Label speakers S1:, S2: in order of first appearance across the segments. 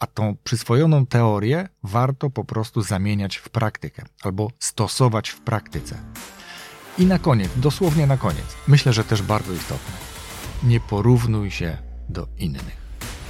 S1: a tą przyswojoną teorię warto po prostu zamieniać w praktykę albo stosować w praktyce. I na koniec, dosłownie na koniec, myślę, że też bardzo istotne. Nie porównuj się do innych.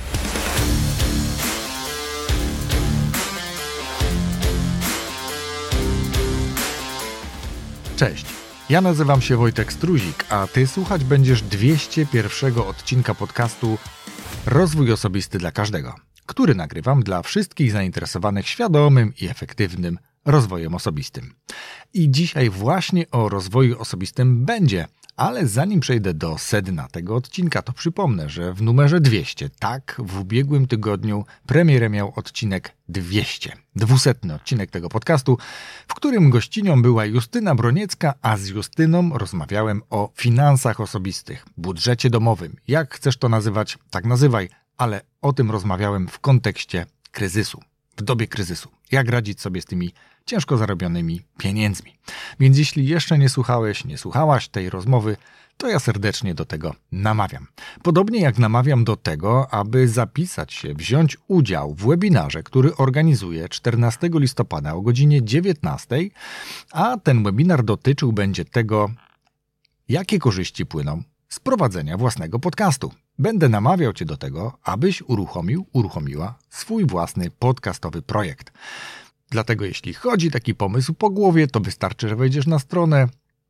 S1: Cześć, ja nazywam się Wojtek Struzik, a Ty słuchać będziesz 201 odcinka podcastu Rozwój Osobisty dla Każdego, który nagrywam dla wszystkich zainteresowanych świadomym i efektywnym rozwojem osobistym. I dzisiaj właśnie o rozwoju osobistym będzie, ale zanim przejdę do sedna tego odcinka, to przypomnę, że w numerze 200, tak, w ubiegłym tygodniu premierę miał odcinek 200, 200 odcinek tego podcastu, w którym gościnią była Justyna Broniecka, a z Justyną rozmawiałem o finansach osobistych, budżecie domowym. Jak chcesz to nazywać, tak nazywaj, ale o tym rozmawiałem w kontekście kryzysu, w dobie kryzysu. Jak radzić sobie z tymi ciężko zarobionymi pieniędzmi. Więc jeśli jeszcze nie słuchałeś, nie słuchałaś tej rozmowy, to ja serdecznie do tego namawiam. Podobnie jak namawiam do tego, aby zapisać się, wziąć udział w webinarze, który organizuję 14 listopada o godzinie 19, a ten webinar dotyczył będzie tego, jakie korzyści płyną z prowadzenia własnego podcastu. Będę namawiał Cię do tego, abyś uruchomiła swój własny podcastowy projekt. Dlatego jeśli chodzi taki pomysł po głowie, to wystarczy, że wejdziesz na stronę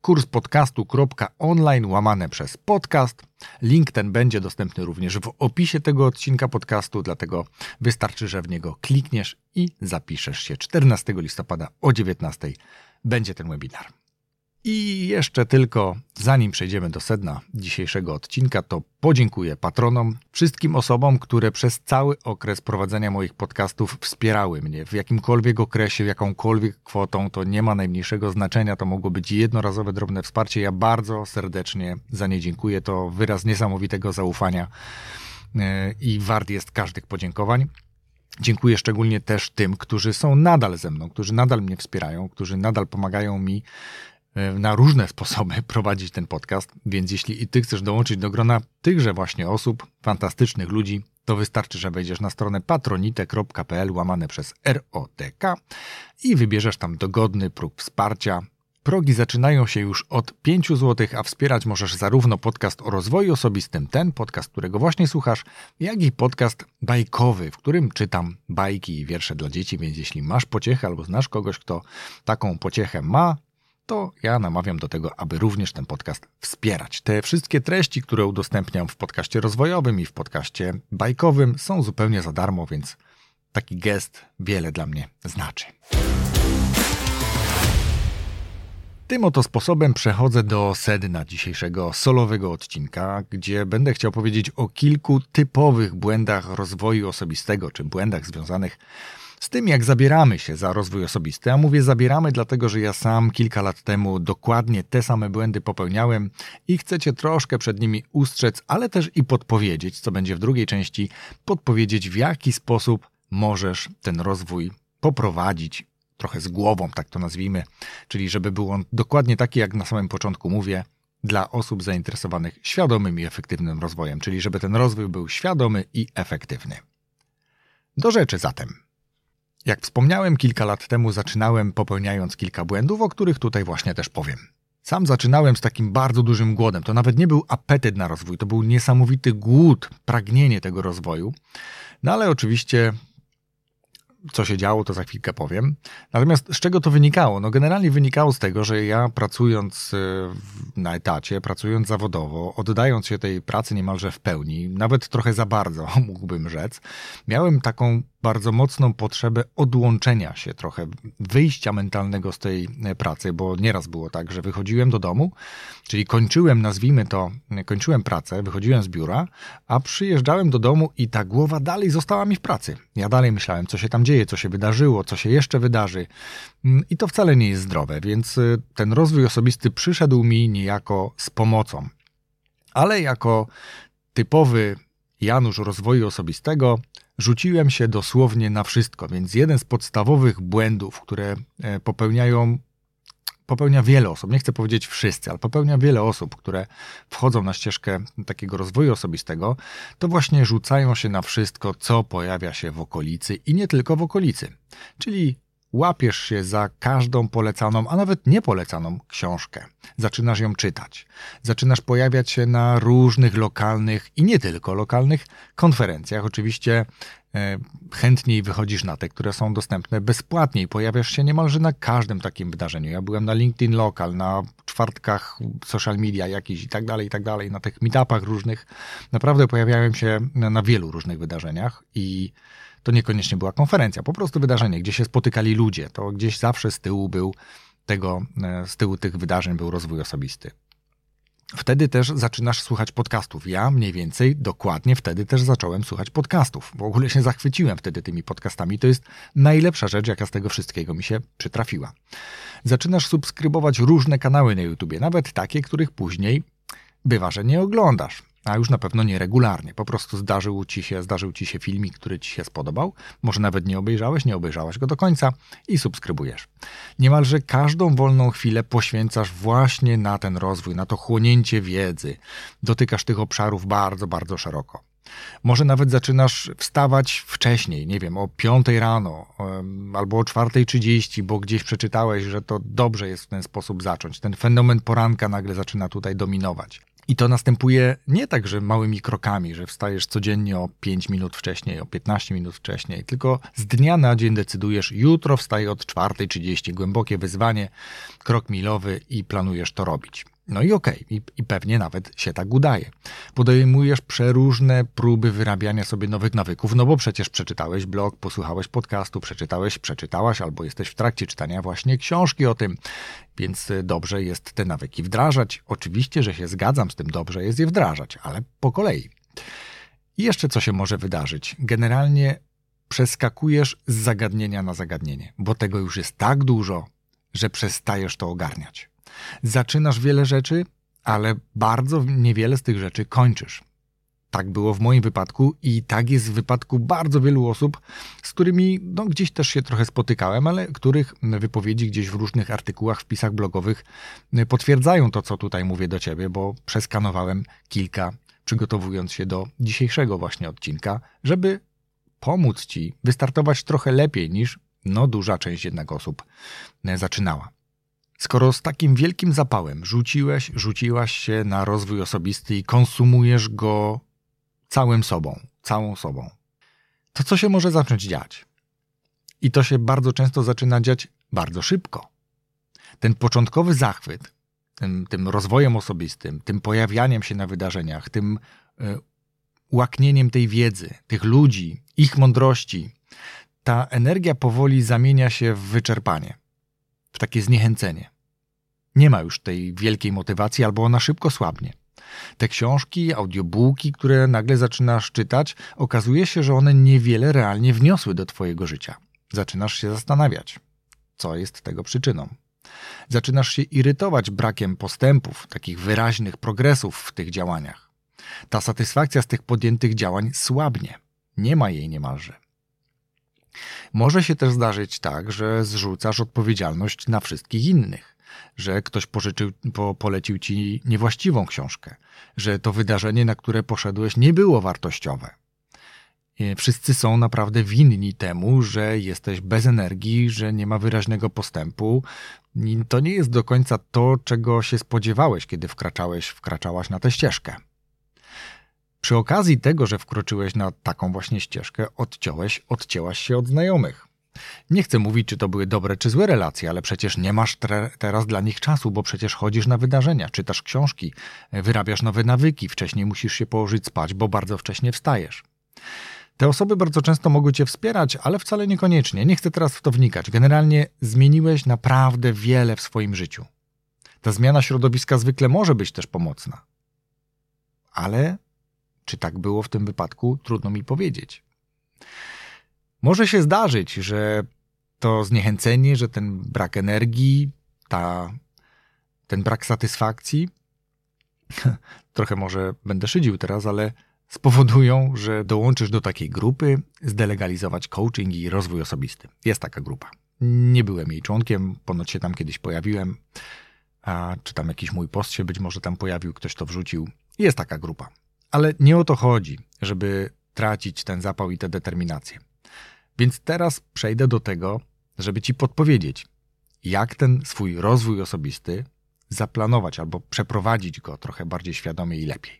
S1: kurspodcastu.online/podcast. Link ten będzie dostępny również w opisie tego odcinka podcastu, dlatego wystarczy, że w niego klikniesz i zapiszesz się. 14 listopada o 19 będzie ten webinar. I jeszcze tylko, zanim przejdziemy do sedna dzisiejszego odcinka, to podziękuję patronom, wszystkim osobom, które przez cały okres prowadzenia moich podcastów wspierały mnie w jakimkolwiek okresie, jakąkolwiek kwotą, to nie ma najmniejszego znaczenia, to mogło być jednorazowe, drobne wsparcie. Ja bardzo serdecznie za nie dziękuję, to wyraz niesamowitego zaufania i wart jest każdych podziękowań. Dziękuję szczególnie też tym, którzy są nadal ze mną, którzy nadal mnie wspierają, którzy nadal pomagają mi na różne sposoby prowadzić ten podcast, więc jeśli i Ty chcesz dołączyć do grona tychże właśnie osób, fantastycznych ludzi, to wystarczy, że wejdziesz na stronę patronite.pl/ROTK i wybierzesz tam dogodny próg wsparcia. Progi zaczynają się już od 5 zł, a wspierać możesz zarówno podcast o rozwoju osobistym, ten podcast, którego właśnie słuchasz, jak i podcast bajkowy, w którym czytam bajki i wiersze dla dzieci, więc jeśli masz pociechę albo znasz kogoś, kto taką pociechę ma, to ja namawiam do tego, aby również ten podcast wspierać. Te wszystkie treści, które udostępniam w podcaście rozwojowym i w podcaście bajkowym, są zupełnie za darmo, więc taki gest wiele dla mnie znaczy. Tym oto sposobem przechodzę do sedna dzisiejszego solowego odcinka, gdzie będę chciał powiedzieć o kilku typowych błędach rozwoju osobistego, czy błędach związanych z tym, jak zabieramy się za rozwój osobisty. A mówię zabieramy, dlatego że ja sam kilka lat temu dokładnie te same błędy popełniałem i chcę Cię troszkę przed nimi ustrzec, ale też i podpowiedzieć, co będzie w drugiej części, podpowiedzieć, w jaki sposób możesz ten rozwój poprowadzić trochę z głową, tak to nazwijmy, czyli żeby był on dokładnie taki, jak na samym początku mówię, dla osób zainteresowanych świadomym i efektywnym rozwojem, czyli żeby ten rozwój był świadomy i efektywny. Do rzeczy zatem. Jak wspomniałem, kilka lat temu zaczynałem popełniając kilka błędów, o których tutaj właśnie też powiem. Sam zaczynałem z takim bardzo dużym głodem. To nawet nie był apetyt na rozwój, to był niesamowity głód, pragnienie tego rozwoju. No ale oczywiście, co się działo, to za chwilkę powiem. Natomiast z czego to wynikało? No generalnie wynikało z tego, że ja pracując na etacie, pracując zawodowo, oddając się tej pracy niemalże w pełni, nawet trochę za bardzo, mógłbym rzec, miałem taką bardzo mocną potrzebę odłączenia się trochę, wyjścia mentalnego z tej pracy, bo nieraz było tak, że wychodziłem do domu, czyli kończyłem, nazwijmy to, kończyłem pracę, wychodziłem z biura, a przyjeżdżałem do domu i ta głowa dalej została mi w pracy. Ja dalej myślałem, co się tam dzieje, co się wydarzyło, co się jeszcze wydarzy i to wcale nie jest zdrowe, więc ten rozwój osobisty przyszedł mi niejako z pomocą. Ale jako typowy Janusz rozwoju osobistego rzuciłem się dosłownie na wszystko, więc jeden z podstawowych błędów, które popełniają popełnia wiele osób, nie chcę powiedzieć wszyscy, ale popełnia wiele osób, które wchodzą na ścieżkę takiego rozwoju osobistego, to właśnie rzucają się na wszystko, co pojawia się w okolicy i nie tylko w okolicy. Czyli łapiesz się za każdą polecaną, a nawet niepolecaną książkę. Zaczynasz ją czytać. Zaczynasz pojawiać się na różnych lokalnych i nie tylko lokalnych konferencjach. Oczywiście chętniej wychodzisz na te, które są dostępne bezpłatnie i pojawiasz się niemalże na każdym takim wydarzeniu. Ja byłem na LinkedIn Local, na czwartkach social media jakichś i tak dalej, na tych meetupach różnych. Naprawdę pojawiałem się na wielu różnych wydarzeniach i to niekoniecznie była konferencja, po prostu wydarzenie, gdzie się spotykali ludzie. To gdzieś zawsze z tyłu tych wydarzeń był rozwój osobisty. Wtedy też zaczynasz słuchać podcastów. Ja mniej więcej dokładnie wtedy też zacząłem słuchać podcastów. W ogóle się zachwyciłem wtedy tymi podcastami. To jest najlepsza rzecz, jaka z tego wszystkiego mi się przytrafiła. Zaczynasz subskrybować różne kanały na YouTubie, nawet takie, których później bywa, że nie oglądasz. A już na pewno nie regularnie. Po prostu zdarzył ci się filmik, który ci się spodobał. Może nawet nie obejrzałaś go do końca i subskrybujesz. Niemalże każdą wolną chwilę poświęcasz właśnie na ten rozwój, na to chłonięcie wiedzy. Dotykasz tych obszarów bardzo, bardzo szeroko. Może nawet zaczynasz wstawać wcześniej, nie wiem, o 5 rano albo o 4:30, bo gdzieś przeczytałeś, że to dobrze jest w ten sposób zacząć. Ten fenomen poranka nagle zaczyna tutaj dominować. I to następuje nie tak, że małymi krokami, że wstajesz codziennie o 5 minut wcześniej, o 15 minut wcześniej, tylko z dnia na dzień decydujesz, jutro wstaję od 4:30, głębokie wyzwanie, krok milowy i planujesz to robić. No i okej, i pewnie nawet się tak udaje. Podejmujesz przeróżne próby wyrabiania sobie nowych nawyków, no bo przecież przeczytałeś blog, posłuchałeś podcastu, przeczytałaś albo jesteś w trakcie czytania właśnie książki o tym, więc dobrze jest te nawyki wdrażać. Oczywiście, że się zgadzam z tym, dobrze jest je wdrażać, ale po kolei. I jeszcze co się może wydarzyć? Generalnie przeskakujesz z zagadnienia na zagadnienie, bo tego już jest tak dużo, że przestajesz to ogarniać. Zaczynasz wiele rzeczy, ale bardzo niewiele z tych rzeczy kończysz. Tak było w moim wypadku i tak jest w wypadku bardzo wielu osób, z którymi gdzieś też się trochę spotykałem, ale których wypowiedzi gdzieś w różnych artykułach, wpisach blogowych potwierdzają to, co tutaj mówię do ciebie, bo przeskanowałem kilka, przygotowując się do dzisiejszego właśnie odcinka, żeby pomóc ci wystartować trochę lepiej niż duża część jednak osób zaczynała. Skoro z takim wielkim zapałem rzuciłaś się na rozwój osobisty i konsumujesz go całą sobą, to co się może zacząć dziać? I to się bardzo często zaczyna dziać bardzo szybko. Ten początkowy zachwyt, tym rozwojem osobistym, tym pojawianiem się na wydarzeniach, tym łaknieniem tej wiedzy, tych ludzi, ich mądrości, ta energia powoli zamienia się w wyczerpanie, w takie zniechęcenie. Nie ma już tej wielkiej motywacji, albo ona szybko słabnie. Te książki, audiobooki, które nagle zaczynasz czytać, okazuje się, że one niewiele realnie wniosły do twojego życia. Zaczynasz się zastanawiać, co jest tego przyczyną. Zaczynasz się irytować brakiem postępów, takich wyraźnych progresów w tych działaniach. Ta satysfakcja z tych podjętych działań słabnie. Nie ma jej niemalże. Może się też zdarzyć tak, że zrzucasz odpowiedzialność na wszystkich innych, że ktoś polecił ci niewłaściwą książkę, że to wydarzenie, na które poszedłeś, nie było wartościowe. Wszyscy są naprawdę winni temu, że jesteś bez energii, że nie ma wyraźnego postępu. I to nie jest do końca to, czego się spodziewałeś, kiedy wkraczałaś na tę ścieżkę. Przy okazji tego, że wkroczyłeś na taką właśnie ścieżkę, odcięłaś się od znajomych. Nie chcę mówić, czy to były dobre czy złe relacje, ale przecież nie masz teraz dla nich czasu, bo przecież chodzisz na wydarzenia, czytasz książki, wyrabiasz nowe nawyki, wcześniej musisz się położyć spać, bo bardzo wcześnie wstajesz. Te osoby bardzo często mogą cię wspierać, ale wcale niekoniecznie. Nie chcę teraz w to wnikać. Generalnie zmieniłeś naprawdę wiele w swoim życiu. Ta zmiana środowiska zwykle może być też pomocna. Ale czy tak było w tym wypadku? Trudno mi powiedzieć. Może się zdarzyć, że to zniechęcenie, że ten brak energii, ten brak satysfakcji, trochę może będę szydził teraz, ale spowodują, że dołączysz do takiej grupy Zdelegalizować Coaching i Rozwój Osobisty. Jest taka grupa. Nie byłem jej członkiem, ponoć się tam kiedyś pojawiłem, czy tam jakiś mój post się być może tam pojawił, ktoś to wrzucił. Jest taka grupa. Ale nie o to chodzi, żeby tracić ten zapał i tę determinację. Więc teraz przejdę do tego, żeby ci podpowiedzieć, jak ten swój rozwój osobisty zaplanować albo przeprowadzić go trochę bardziej świadomie i lepiej.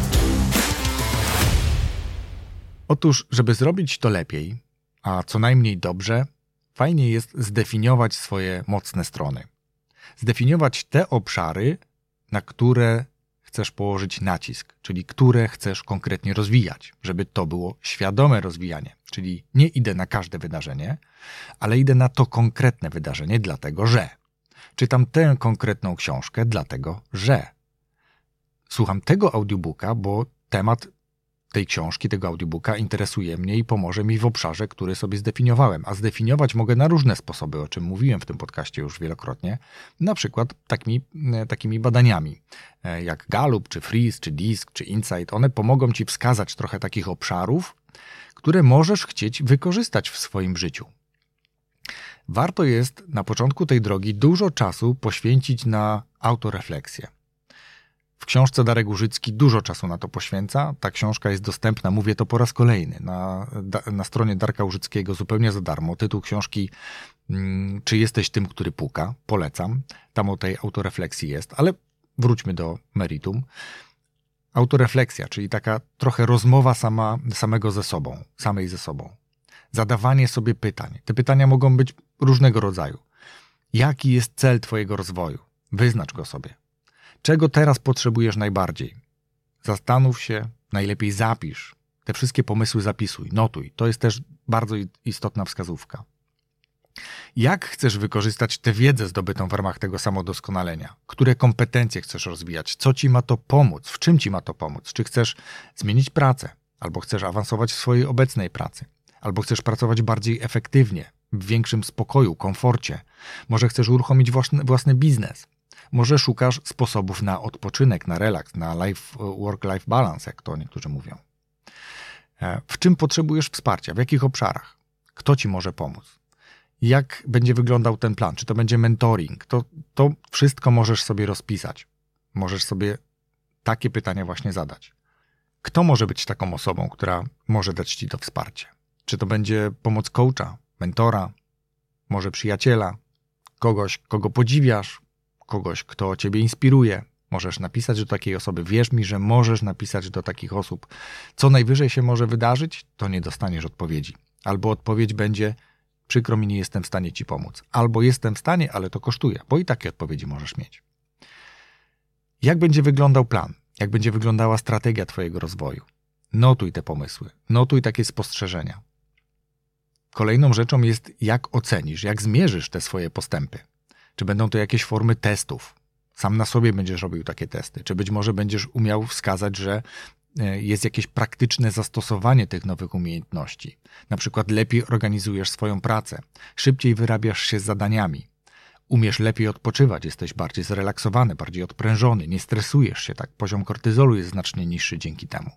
S1: Otóż, żeby zrobić to lepiej, a co najmniej dobrze, fajnie jest zdefiniować swoje mocne strony. Zdefiniować te obszary, na które chcesz położyć nacisk, czyli które chcesz konkretnie rozwijać, żeby to było świadome rozwijanie. Czyli nie idę na każde wydarzenie, ale idę na to konkretne wydarzenie, dlatego że czytam tę konkretną książkę, dlatego że słucham tego audiobooka, bo temat tej książki, tego audiobooka interesuje mnie i pomoże mi w obszarze, który sobie zdefiniowałem. A zdefiniować mogę na różne sposoby, o czym mówiłem w tym podcaście już wielokrotnie, na przykład takimi badaniami, jak Gallup, czy Freeze, czy DISC, czy Insight. One pomogą ci wskazać trochę takich obszarów, które możesz chcieć wykorzystać w swoim życiu. Warto jest na początku tej drogi dużo czasu poświęcić na autorefleksję. W książce Darek Łużycki dużo czasu na to poświęca. Ta książka jest dostępna, mówię to po raz kolejny, na stronie Darka Łużyckiego zupełnie za darmo. Tytuł książki Czy jesteś tym, który puka? Polecam. Tam o tej autorefleksji jest, ale wróćmy do meritum. Autorefleksja, czyli taka trochę rozmowa samej ze sobą. Zadawanie sobie pytań. Te pytania mogą być różnego rodzaju. Jaki jest cel twojego rozwoju? Wyznacz go sobie. Czego teraz potrzebujesz najbardziej? Zastanów się, najlepiej zapisz. Te wszystkie pomysły zapisuj, notuj. To jest też bardzo istotna wskazówka. Jak chcesz wykorzystać tę wiedzę zdobytą w ramach tego samodoskonalenia? Które kompetencje chcesz rozwijać? Co ci ma to pomóc? W czym ci ma to pomóc? Czy chcesz zmienić pracę? Albo chcesz awansować w swojej obecnej pracy? Albo chcesz pracować bardziej efektywnie, w większym spokoju, komforcie? Może chcesz uruchomić własny biznes? Może szukasz sposobów na odpoczynek, na relaks, na work-life balance, jak to niektórzy mówią. W czym potrzebujesz wsparcia? W jakich obszarach? Kto ci może pomóc? Jak będzie wyglądał ten plan? Czy to będzie mentoring? To wszystko możesz sobie rozpisać. Możesz sobie takie pytania właśnie zadać. Kto może być taką osobą, która może dać ci to wsparcie? Czy to będzie pomoc coacha, mentora, może przyjaciela, kogoś, kogo podziwiasz, kogoś, kto ciebie inspiruje. Możesz napisać do takiej osoby. Wierz mi, że możesz napisać do takich osób. Co najwyżej się może wydarzyć, to nie dostaniesz odpowiedzi. Albo odpowiedź będzie: przykro mi, nie jestem w stanie ci pomóc. Albo jestem w stanie, ale to kosztuje, bo i takie odpowiedzi możesz mieć. Jak będzie wyglądał plan? Jak będzie wyglądała strategia twojego rozwoju? Notuj te pomysły. Notuj takie spostrzeżenia. Kolejną rzeczą jest, jak ocenisz, jak zmierzysz te swoje postępy. Czy będą to jakieś formy testów? Sam na sobie będziesz robił takie testy. Czy być może będziesz umiał wskazać, że jest jakieś praktyczne zastosowanie tych nowych umiejętności. Na przykład lepiej organizujesz swoją pracę, szybciej wyrabiasz się z zadaniami, umiesz lepiej odpoczywać, jesteś bardziej zrelaksowany, bardziej odprężony, nie stresujesz się tak, poziom kortyzolu jest znacznie niższy dzięki temu.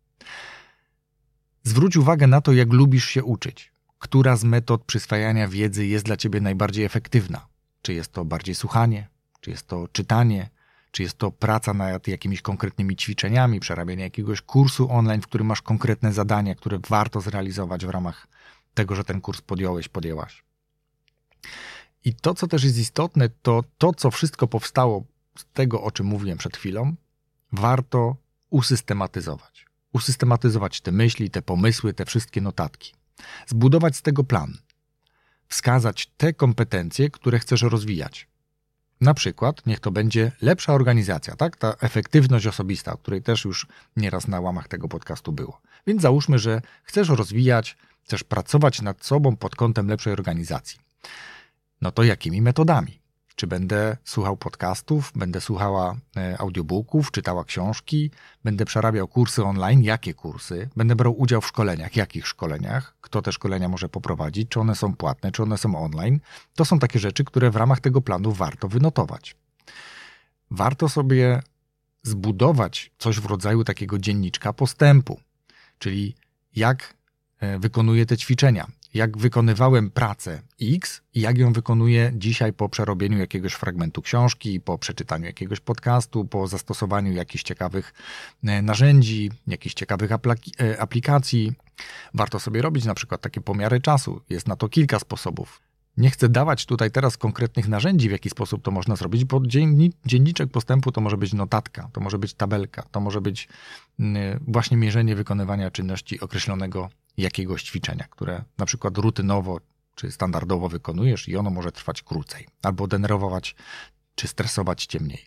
S1: Zwróć uwagę na to, jak lubisz się uczyć. Która z metod przyswajania wiedzy jest dla ciebie najbardziej efektywna? Czy jest to bardziej słuchanie? Czy jest to czytanie? Czy jest to praca nad jakimiś konkretnymi ćwiczeniami, przerabianie jakiegoś kursu online, w którym masz konkretne zadania, które warto zrealizować w ramach tego, że ten kurs podjęłaś. I to, co też jest istotne, to, co wszystko powstało z tego, o czym mówiłem przed chwilą, warto usystematyzować. Usystematyzować te myśli, te pomysły, te wszystkie notatki. Zbudować z tego plan. Wskazać te kompetencje, które chcesz rozwijać. Na przykład niech to będzie lepsza organizacja, tak? Ta efektywność osobista, o której też już nieraz na łamach tego podcastu było. Więc załóżmy, że chcesz rozwijać, chcesz pracować nad sobą pod kątem lepszej organizacji. No to jakimi metodami? Czy będę słuchał podcastów, będę słuchała audiobooków, czytała książki, będę przerabiał kursy online, jakie kursy, będę brał udział w szkoleniach, jakich szkoleniach, kto te szkolenia może poprowadzić, czy one są płatne, czy one są online. To są takie rzeczy, które w ramach tego planu warto wynotować. Warto sobie zbudować coś w rodzaju takiego dzienniczka postępu, czyli jak wykonuję te ćwiczenia, jak wykonywałem pracę X i jak ją wykonuję dzisiaj po przerobieniu jakiegoś fragmentu książki, po przeczytaniu jakiegoś podcastu, po zastosowaniu jakichś ciekawych narzędzi, jakichś ciekawych aplikacji. Warto sobie robić na przykład takie pomiary czasu. Jest na to kilka sposobów. Nie chcę dawać tutaj teraz konkretnych narzędzi, w jaki sposób to można zrobić, bo dzienniczek postępu to może być notatka, to może być tabelka, to może być właśnie mierzenie wykonywania czynności określonego jakiegoś ćwiczenia, które na przykład rutynowo czy standardowo wykonujesz i ono może trwać krócej, albo denerwować czy stresować cię mniej.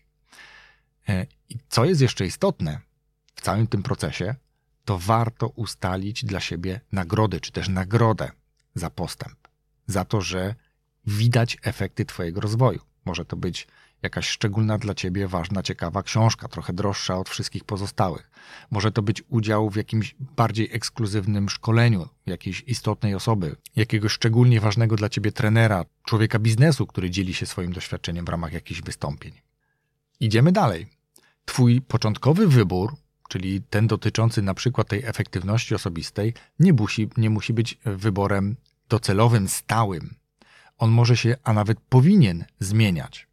S1: I co jest jeszcze istotne w całym tym procesie, to warto ustalić dla siebie nagrody, czy też nagrodę za postęp. Za to, że widać efekty twojego rozwoju. Może to być jakaś szczególna dla ciebie ważna, ciekawa książka, trochę droższa od wszystkich pozostałych. Może to być udział w jakimś bardziej ekskluzywnym szkoleniu jakiejś istotnej osoby, jakiegoś szczególnie ważnego dla ciebie trenera, człowieka biznesu, który dzieli się swoim doświadczeniem w ramach jakichś wystąpień. Idziemy dalej. Twój początkowy wybór, czyli ten dotyczący na przykład tej efektywności osobistej, nie musi być wyborem docelowym, stałym. On może się, a nawet powinien zmieniać.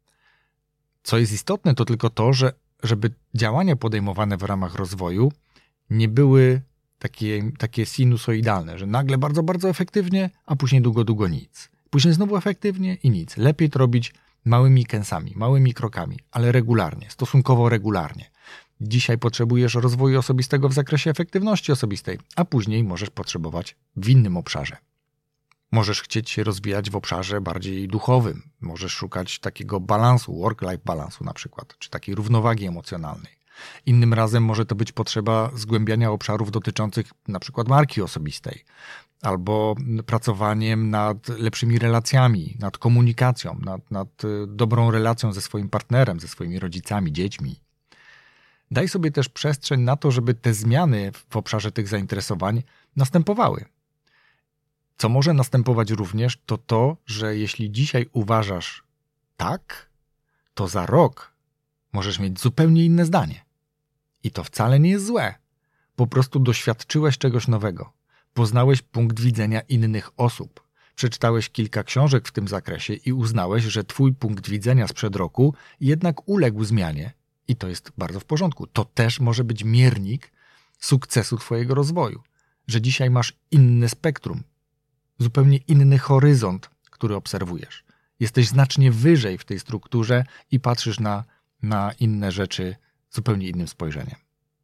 S1: Co jest istotne, to tylko to, żeby działania podejmowane w ramach rozwoju nie były takie sinusoidalne, że nagle bardzo, bardzo efektywnie, a później długo nic. Później znowu efektywnie i nic. Lepiej to robić małymi kęsami, małymi krokami, ale regularnie, stosunkowo regularnie. Dzisiaj potrzebujesz rozwoju osobistego w zakresie efektywności osobistej, a później możesz potrzebować w innym obszarze. Możesz chcieć się rozwijać w obszarze bardziej duchowym. Możesz szukać takiego balansu, work-life balansu na przykład, czy takiej równowagi emocjonalnej. Innym razem może to być potrzeba zgłębiania obszarów dotyczących na przykład marki osobistej, albo pracowaniem nad lepszymi relacjami, nad komunikacją, nad dobrą relacją ze swoim partnerem, ze swoimi rodzicami, dziećmi. Daj sobie też przestrzeń na to, żeby te zmiany w obszarze tych zainteresowań następowały. Co może następować również, to to, że jeśli dzisiaj uważasz tak, to za rok możesz mieć zupełnie inne zdanie. I to wcale nie jest złe. Po prostu doświadczyłeś czegoś nowego. Poznałeś punkt widzenia innych osób. Przeczytałeś kilka książek w tym zakresie i uznałeś, że twój punkt widzenia sprzed roku jednak uległ zmianie. I to jest bardzo w porządku. To też może być miernik sukcesu twojego rozwoju. Że dzisiaj masz inne spektrum. Zupełnie inny horyzont, który obserwujesz. Jesteś znacznie wyżej w tej strukturze i patrzysz na inne rzeczy zupełnie innym spojrzeniem.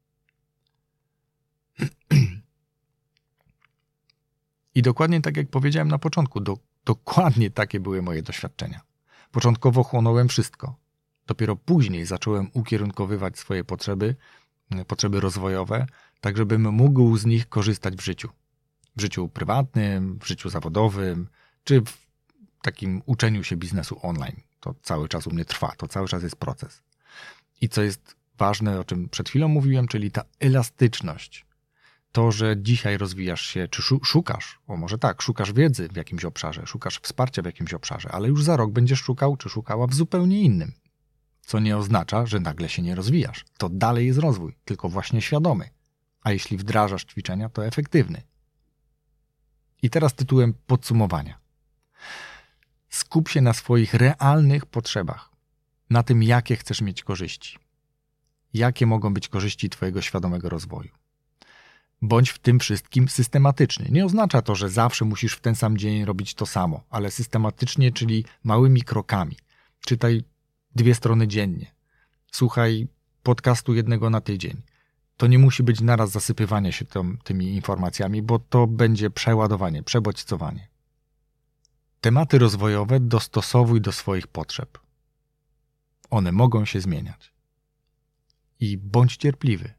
S1: I dokładnie tak jak powiedziałem na początku, dokładnie takie były moje doświadczenia. Początkowo chłonąłem wszystko. Dopiero później zacząłem ukierunkowywać swoje potrzeby rozwojowe, tak żebym mógł z nich korzystać w życiu. W życiu prywatnym, w życiu zawodowym, czy w takim uczeniu się biznesu online. To cały czas u mnie trwa, to cały czas jest proces. I co jest ważne, o czym przed chwilą mówiłem, czyli ta elastyczność. To, że dzisiaj rozwijasz się, czy szukasz wiedzy w jakimś obszarze, szukasz wsparcia w jakimś obszarze, ale już za rok będziesz szukał, czy szukała w zupełnie innym. Co nie oznacza, że nagle się nie rozwijasz. To dalej jest rozwój, tylko właśnie świadomy. A jeśli wdrażasz ćwiczenia, to efektywny. I teraz tytułem podsumowania. Skup się na swoich realnych potrzebach, na tym, jakie chcesz mieć korzyści. Jakie mogą być korzyści twojego świadomego rozwoju. Bądź w tym wszystkim systematyczny. Nie oznacza to, że zawsze musisz w ten sam dzień robić to samo, ale systematycznie, czyli małymi krokami. Czytaj 2 strony dziennie. Słuchaj podcastu 1 na tydzień. To nie musi być naraz zasypywanie się tymi informacjami, bo to będzie przeładowanie, przebodźcowanie. Tematy rozwojowe dostosowuj do swoich potrzeb. One mogą się zmieniać. I bądź cierpliwy.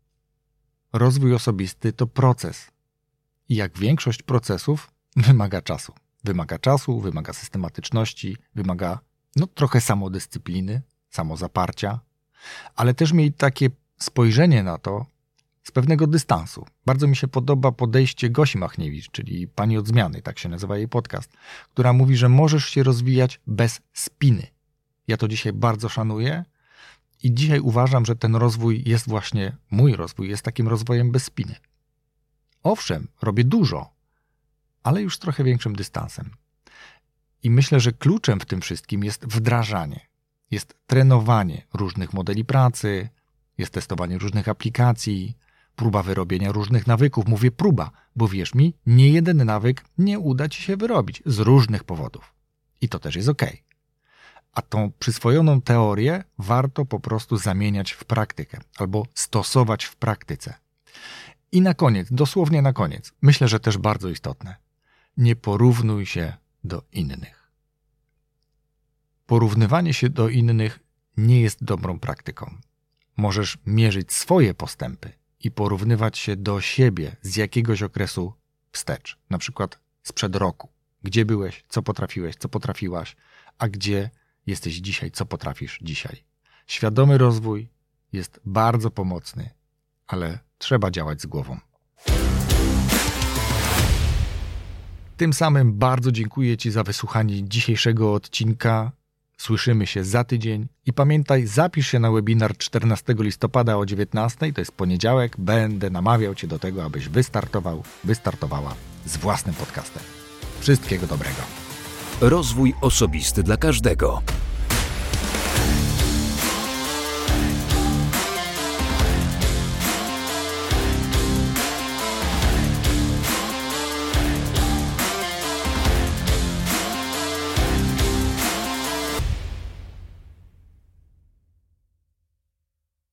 S1: Rozwój osobisty to proces. I jak większość procesów wymaga czasu. Wymaga systematyczności, wymaga trochę samodyscypliny, samozaparcia, ale też miej takie spojrzenie na to z pewnego dystansu. Bardzo mi się podoba podejście Gosi Machniewicz, czyli Pani od Zmiany, tak się nazywa jej podcast, która mówi, że możesz się rozwijać bez spiny. Ja to dzisiaj bardzo szanuję i dzisiaj uważam, że ten rozwój jest właśnie, mój rozwój jest takim rozwojem bez spiny. Owszem, robię dużo, ale już z trochę większym dystansem. I myślę, że kluczem w tym wszystkim jest wdrażanie. Jest trenowanie różnych modeli pracy, jest testowanie różnych aplikacji, próba wyrobienia różnych nawyków. Mówię próba, bo wierz mi, nie jeden nawyk nie uda ci się wyrobić z różnych powodów. I to też jest okej. A tą przyswojoną teorię warto po prostu zamieniać w praktykę albo stosować w praktyce. I na koniec, dosłownie na koniec, myślę, że też bardzo istotne. Nie porównuj się do innych. Porównywanie się do innych nie jest dobrą praktyką. Możesz mierzyć swoje postępy i porównywać się do siebie z jakiegoś okresu wstecz, na przykład sprzed roku. Gdzie byłeś, co potrafiłeś, co potrafiłaś, a gdzie jesteś dzisiaj, co potrafisz dzisiaj. Świadomy rozwój jest bardzo pomocny, ale trzeba działać z głową. Tym samym bardzo dziękuję Ci za wysłuchanie dzisiejszego odcinka. Słyszymy się za tydzień i pamiętaj, zapisz się na webinar 14 listopada o 19:00, to jest poniedziałek. Będę namawiał Cię do tego, abyś wystartowała z własnym podcastem. Wszystkiego dobrego.
S2: Rozwój osobisty dla każdego.